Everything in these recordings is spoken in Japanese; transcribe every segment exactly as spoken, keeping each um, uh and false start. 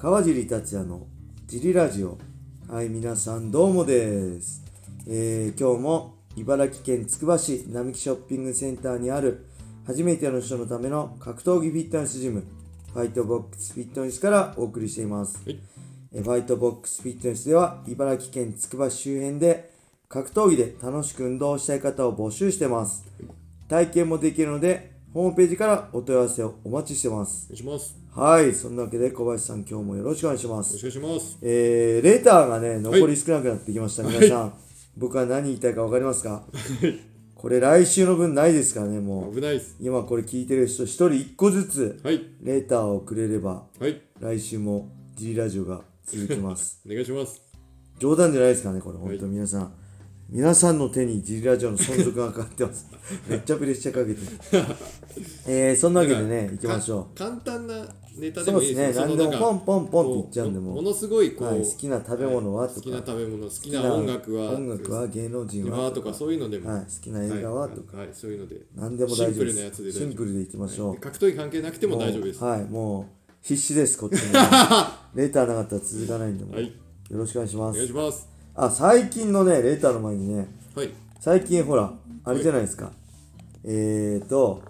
川尻達也のジリラジオ。はい、皆さんどうもです。えー、今日も茨城県つくば市並木ショッピングセンターにある初めての人のための格闘技フィットネスジム、ファイトボックスフィットネスからお送りしています。 はい、 えー、ファイトボックスフィットネスでは茨城県つくば市周辺で格闘技で楽しく運動したい方を募集してます。体験もできるのでホームページからお問い合わせをお待ちしてます。 お願いします。 はい、そんなわけで小林さん、今日もよろしくお願いしまよろす。 しくお願いします。 えー、レターがね、残り少なくなってきました。 はい、 皆さん、僕は何言いたいか分かりますか？これ来週の分ないですからね、もう。 危ないです。 今これ聞いてる人一人一個ずつはい、 レターをくれれば、 はい、 来週もジリラジオが続きます。 お願いします。 冗談じゃないですからね、これ、本当皆さん。皆さんの手にジリラジオの存続がかかってます。めっちゃプレッシャーかけてる。えー、そんなわけでね、行きましょう。 簡単なネタでもいいですね。 そうですね、何でもポンポンポンって言っちゃうんでも。 ものすごいこう、 はい、好きな食べ物はとか、 好きな食べ物、好きな音楽は、 音楽は芸能人はとか、そういうのでも、 はい、好きな映画はとか、 はい、そういうので、 何でも大丈夫です。 シンプルなやつで大丈夫。 シンプルでいきましょう。 格闘技関係なくても大丈夫です。 はい、もう必死です、こっちも。レターなかったら続かないんで、もう、よろしくお願いします。 お願いします。 あ、最近のね、レターの前にね、 はい、 最近ほら、あれじゃないですか。えーと、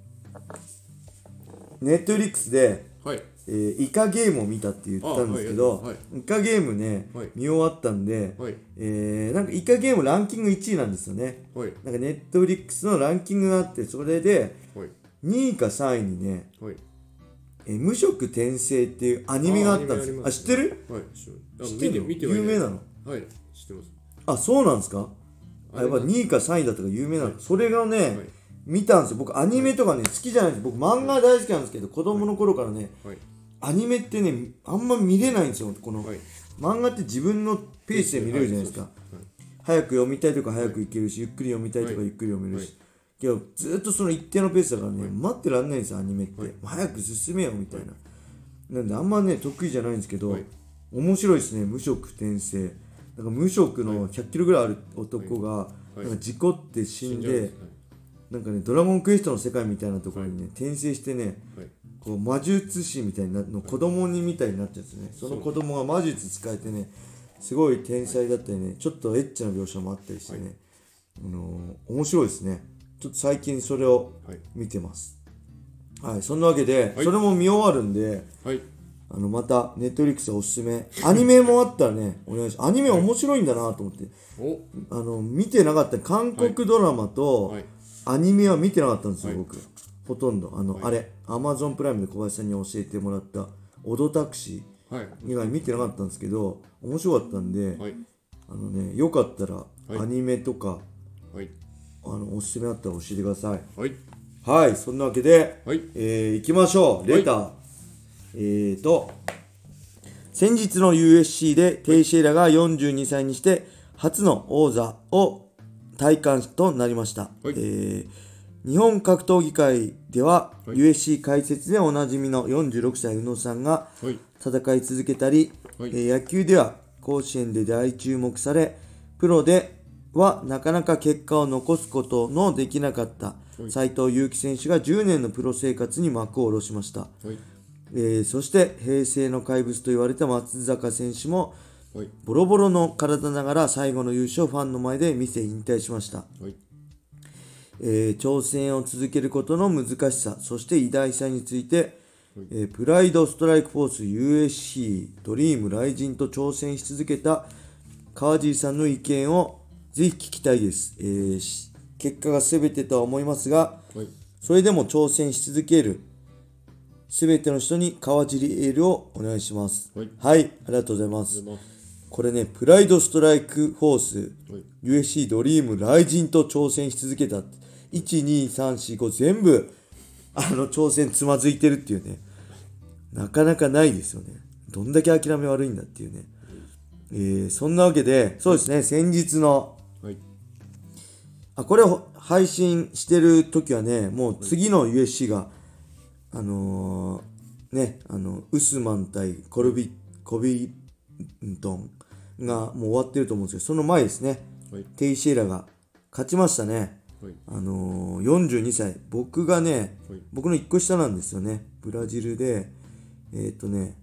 ネットフリックスで、 はい、 えー、イカゲームを見たって言ったんですけど、 はい、 イカゲームね、 はい、 見終わったんで、 はい、 えー、なんかイカゲームランキングいちいなんですよね。 はい、 なんかネットフリックスのランキングがあって、それではい、 にいかさんいにね、 はい、 えー、無色転生っていうアニメがあったんですよ。あ、知ってる？ はい、 知ってるの？ 見てはいない。 有名なの？ はい、知ってます。 あ、そうなんですか？あ、やっぱにいかさんいだったから有名なの。それがね、はい、見たんですよ。僕アニメとかね、好きじゃないんです。僕漫画大好きなんですけど、子供の頃からね、はい、アニメってね、あんま見れないんですよ。この、はい、漫画って自分のペースで見れるじゃないですか。はい、早く読みたいとか早くいけるし、ゆっくり読みたいとかゆっくり読めるし。けどずっとその一定のペースだからね、待ってらんないんですよ、アニメって。早く進めよみたいな。なんであんまね、得意じゃないんですけど、面白いですね、無色転生。なんか無職のひゃっキロぐらいある男がなんか事故って死んで、なんかね、ドラゴンクエストの世界みたいなところにね、転生してね、こう魔術師みたいなの子供にみたいになっちゃうんですね。その子供が魔術使えてね、すごい天才だったりね、ちょっとエッチな描写もあったりしてね、あのー、面白いですね。ちょっと最近それを見てます。はい、そんなわけで、それも見終わるんで、あのまたネットフリックスおすすめアニメもあったらねお願いします。アニメ面白いんだなと思って、はい、あの見てなかった韓国ドラマとアニメは見てなかったんですよ、はい、僕ほとんどあの、はい、あれ Amazon プライムで小林さんに教えてもらったオドタクシー以外見てなかったんですけど面白かったんで、はい、あのねよかったらアニメとか、はい、あのおすすめあったら教えてください。はい、はい、そんなわけで、はい、えー、いきましょう。レター、はい、えーと先日の ユーエフシー でテイシエラがよんじゅうにさいにして初の王座を体感となりました、はい、えー、日本格闘技界では、はい、ユーエフシー 解説でおなじみのよんじゅうろくさい宇野さんが戦い続けたり、はい、えー、野球では甲子園で大注目されプロではなかなか結果を残すことのできなかった斎藤佑樹選手がじゅうねんのプロ生活に幕を下ろしました、はい、えー、そして平成の怪物と言われた松坂選手もボロボロの体ながら最後の優勝をファンの前で見せ引退しました、はい、えー、挑戦を続けることの難しさそして偉大さについて、はい、えー、プライドストライクフォース ユーエフシー ドリームライジンと挑戦し続けた川尻さんの意見をぜひ聞きたいです、えー、結果が全てとは思いますが、はい、それでも挑戦し続けるすべての人に川尻エールをお願いします。はい、はい、ありがとうございます。これね、プライドストライクフォース、はい、ユーエフシー ドリームライジンと挑戦し続けた。いち、に、さん、し、ご全部あの挑戦つまずいてるっていうね、なかなかないですよね。どんだけ諦め悪いんだっていうね。えー、そんなわけで、そうですね、先日の、はい、あこれを配信してる時はね、もう次の ユーエフシー があのー、ね、あのウスマン対コルビコビントンがもう終わってると思うんですけど、その前ですね、はい、テイシエラが勝ちましたね、はい、あのー、よんじゅうにさい、僕がね、はい、僕のいっこ下なんですよね。ブラジルでえっとね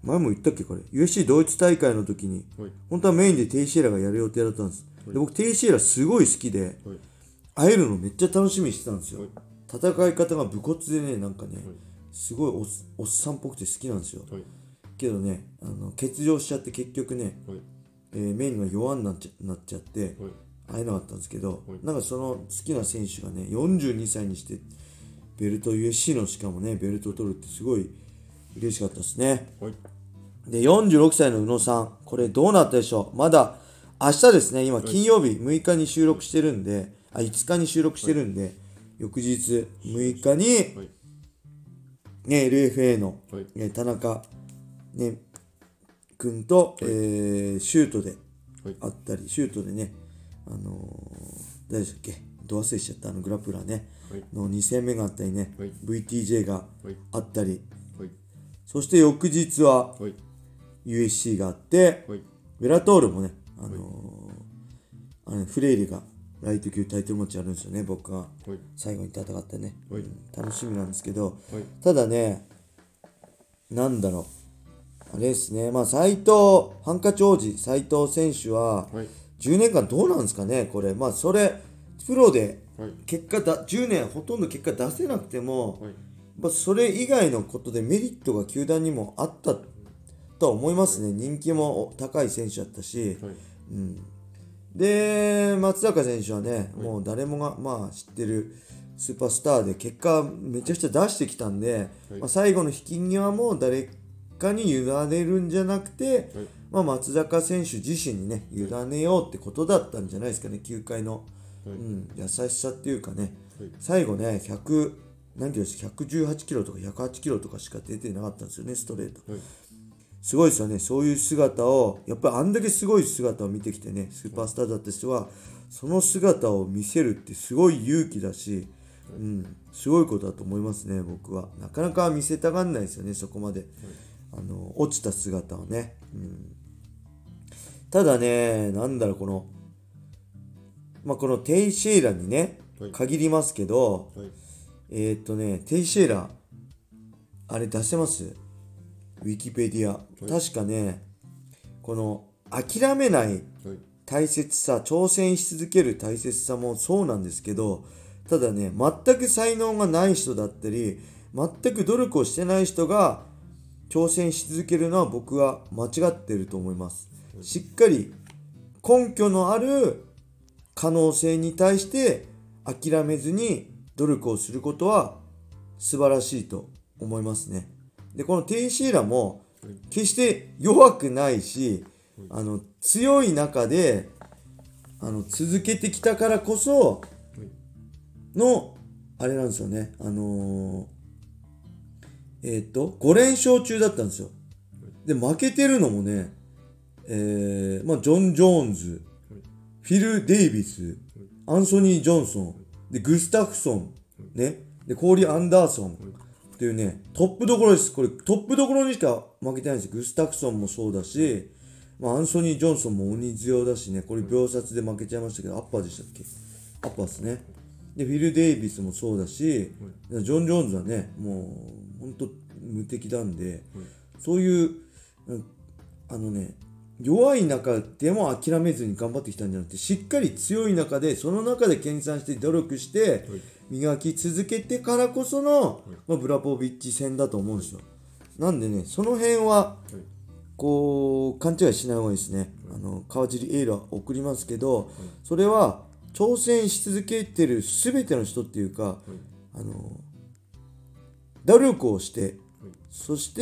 前も言ったっけこれ ユーエフシー ドイツ大会の時に、 はい、 本当はメインでテイシエラがやる予定だったんです、はい、で僕テイシエラすごい好きで、はい、会えるのめっちゃ楽しみにしてたんですよ、はい、戦い方が武骨でねなんかね、はい、すごい お, おっさんっぽくて好きなんですよ、はい、けどねあの欠場しちゃって結局ね、はいえー、メインが弱になっち ゃ, なっちゃって、はい、会えなかったんですけど、はい、なんかその好きな選手がねよんじゅうにさいにしてベルト ユーエフシー のしかもねベルトを取るってすごい嬉しかったですね、はい、でよんじゅうろくさいの宇野さんこれどうなったでしょう。まだ明日ですね今金曜日むいかに収録してるんであいつかに収録してるんで、はい、翌日むいかに、はいね、エルエフエー の、はい、田中、ね、君と、はいえー、シュートであったり、はい、シュートでねあのー、誰でしたっけど忘れしちゃったあのグラップラーね、はい、のに戦目があったりね、はい、ブイティージェー があったり、はい、そして翌日は、はい、ユーエフシー があって、はい、ベラトールもね、あのーはい、あのフレイルがライト級タイトルマッチあるんですよね僕が最後に戦ってね、はいうん、楽しみなんですけど、はい、ただねなんだろうあれですねまあ斎藤ハンカチ王子斎藤選手はじゅうねんかんどうなんですかねこれまあそれプロで結果だじゅうねんほとんど結果出せなくても、はいまあ、それ以外のことでメリットが球団にもあったとは思いますね、はい、人気も高い選手だったし、はいうんで松坂選手はね、はい、もう誰もが、まあ、知ってるスーパースターで結果めちゃくちゃ出してきたんで、はいまあ、最後の引き際も誰かに委ねるんじゃなくて、はいまあ、松坂選手自身にね委ねようってことだったんじゃないですかね球界の、はいうん、優しさっていうかね、はい、最後ねひゃく何キロですひゃくじゅうはちキロとかひゃくはちキロとかしか出てなかったんですよねストレート、はいすごいですよね。そういう姿を、やっぱりあんだけすごい姿を見てきてね、スーパースターだった人は、その姿を見せるってすごい勇気だし、うん、すごいことだと思いますね、僕は。なかなか見せたがんないですよね、そこまで。あの、落ちた姿をね。うん、ただね、なんだろう、この、まあ、このテイシエイラにね、限りますけど、えー、っとね、テイシエイラ、あれ出せますウィキペディア、はい、確かねこの諦めない大切さ、はい、挑戦し続ける大切さもそうなんですけどただね全く才能がない人だったり全く努力をしてない人が挑戦し続けるのは僕は間違ってると思います、はい、しっかり根拠のある可能性に対して諦めずに努力をすることは素晴らしいと思いますね。でこのテイシエイラも決して弱くないしあの強い中であの続けてきたからこそのあれなんですよねあのー、えっとごれんしょう中だったんですよ。で負けてるのもねえー、まあジョン・ジョーンズフィル・デイビスアンソニー・ジョンソンでグスタフソンねでコーリー・アンダーソンっていうね、トップどころです。これトップどころにしか負けてないんですよ。グスタフソンもそうだし、まあ、アンソニー・ジョンソンも鬼強だしね、これ秒殺で負けちゃいましたけど、アッパーでしたっけアッパーですね。で、フィル・デイビスもそうだし、ジョン・ジョーンズはね、もう、ほんと無敵なんで、そういう、あのね、弱い中でも諦めずに頑張ってきたんじゃなくて、しっかり強い中で、その中で研鑽して努力して、磨き続けてからこその、まあ、ブラポビッチ戦だと思うんですよ。なんでね、その辺は、こう、勘違いしない方がいいですね。あの、川尻エールは送りますけど、それは、挑戦し続けてる全ての人っていうか、あの、努力をして、そして、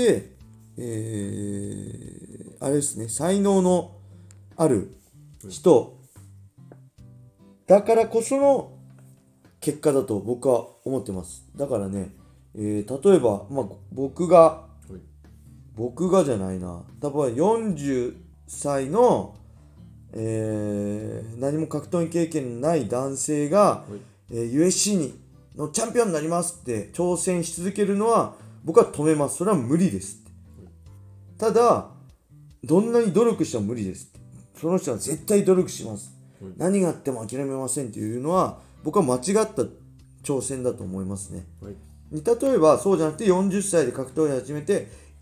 えー、あれですね、才能のある人だからこその結果だと僕は思ってます。だからね、えー、例えば、まあ、僕が、僕がじゃないな、多分よんじゅっさいの、えー、何も格闘技経験のない男性が、えー、ユーエフシー にのチャンピオンになりますって挑戦し続けるのは僕は止めます。それは無理です。ただ、どんなに努力しても無理です。その人は絶対努力します。うん、何があっても諦めませんっていうのは、僕は間違った挑戦だと思いますね。はい、例えば、そうじゃなくてよんじゅっさいで格闘技を始めて、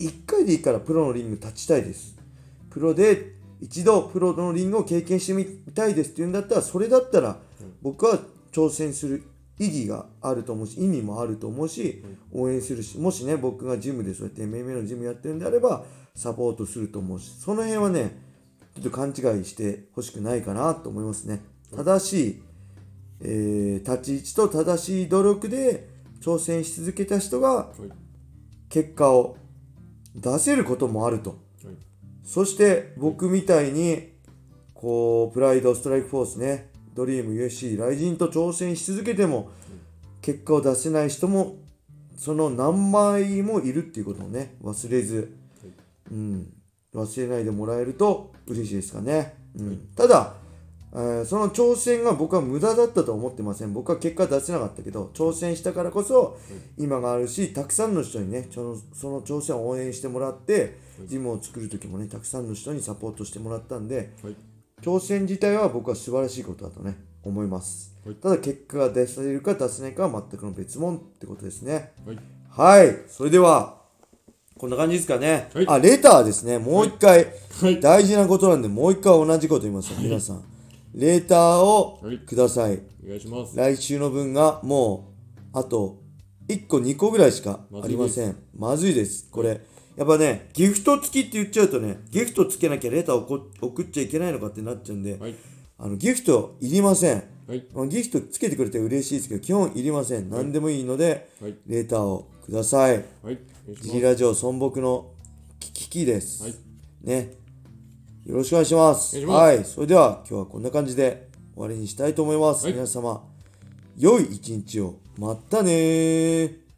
いっかいでいいからプロのリング立ちたいです。プロで一度プロのリングを経験してみたいですっていうんだったら、それだったら僕は挑戦する意義があると思うし、意味もあると思うし、応援するし、もしね僕がジムでそうやって エムエムエー のジムやってるんであればサポートすると思うし、その辺はねちょっと勘違いしてほしくないかなと思いますね。正しい、えー、立ち位置と正しい努力で挑戦し続けた人が結果を出せることもあると。そして僕みたいにこうプライド、ストライクフォースね、ドリーム、ユーエフシー、ライジンと挑戦し続けても結果を出せない人もその何倍もいるっていうことをね忘れず、うん、忘れないでもらえると嬉しいですかね。うん、ただ、えー、その挑戦が僕は無駄だったとは思ってません。僕は結果出せなかったけど挑戦したからこそ今があるし、たくさんの人にねその、その挑戦を応援してもらって、ジムを作る時もねたくさんの人にサポートしてもらったんで、挑戦自体は僕は素晴らしいことだとね思います。ただ結果が出せるか出せないかは全くの別物ってことですね。はい、はい、それではこんな感じですかね。はい、あ、レターですね。もう一回、はい、大事なことなんでもう一回同じこと言いますよ、はい、皆さんレターをください、はい、 お願いします。 来週の分がもうあといっこにこぐらいしかありません。まずいです。これ、はい、やっぱねギフト付きって言っちゃうとね、ギフトつけなきゃレターを送っちゃいけないのかってなっちゃうんで、はい、あのギフトいりません。はい、ギフトつけてくれて嬉しいですけど基本いりません。はい、何でもいいので、はい、レターをください。はい、ジリラジオ孫僕の危機です、はい、ね、よろしくお願いします。はい、それでは今日はこんな感じで終わりにしたいと思います。はい、皆様良い一日を。またねー。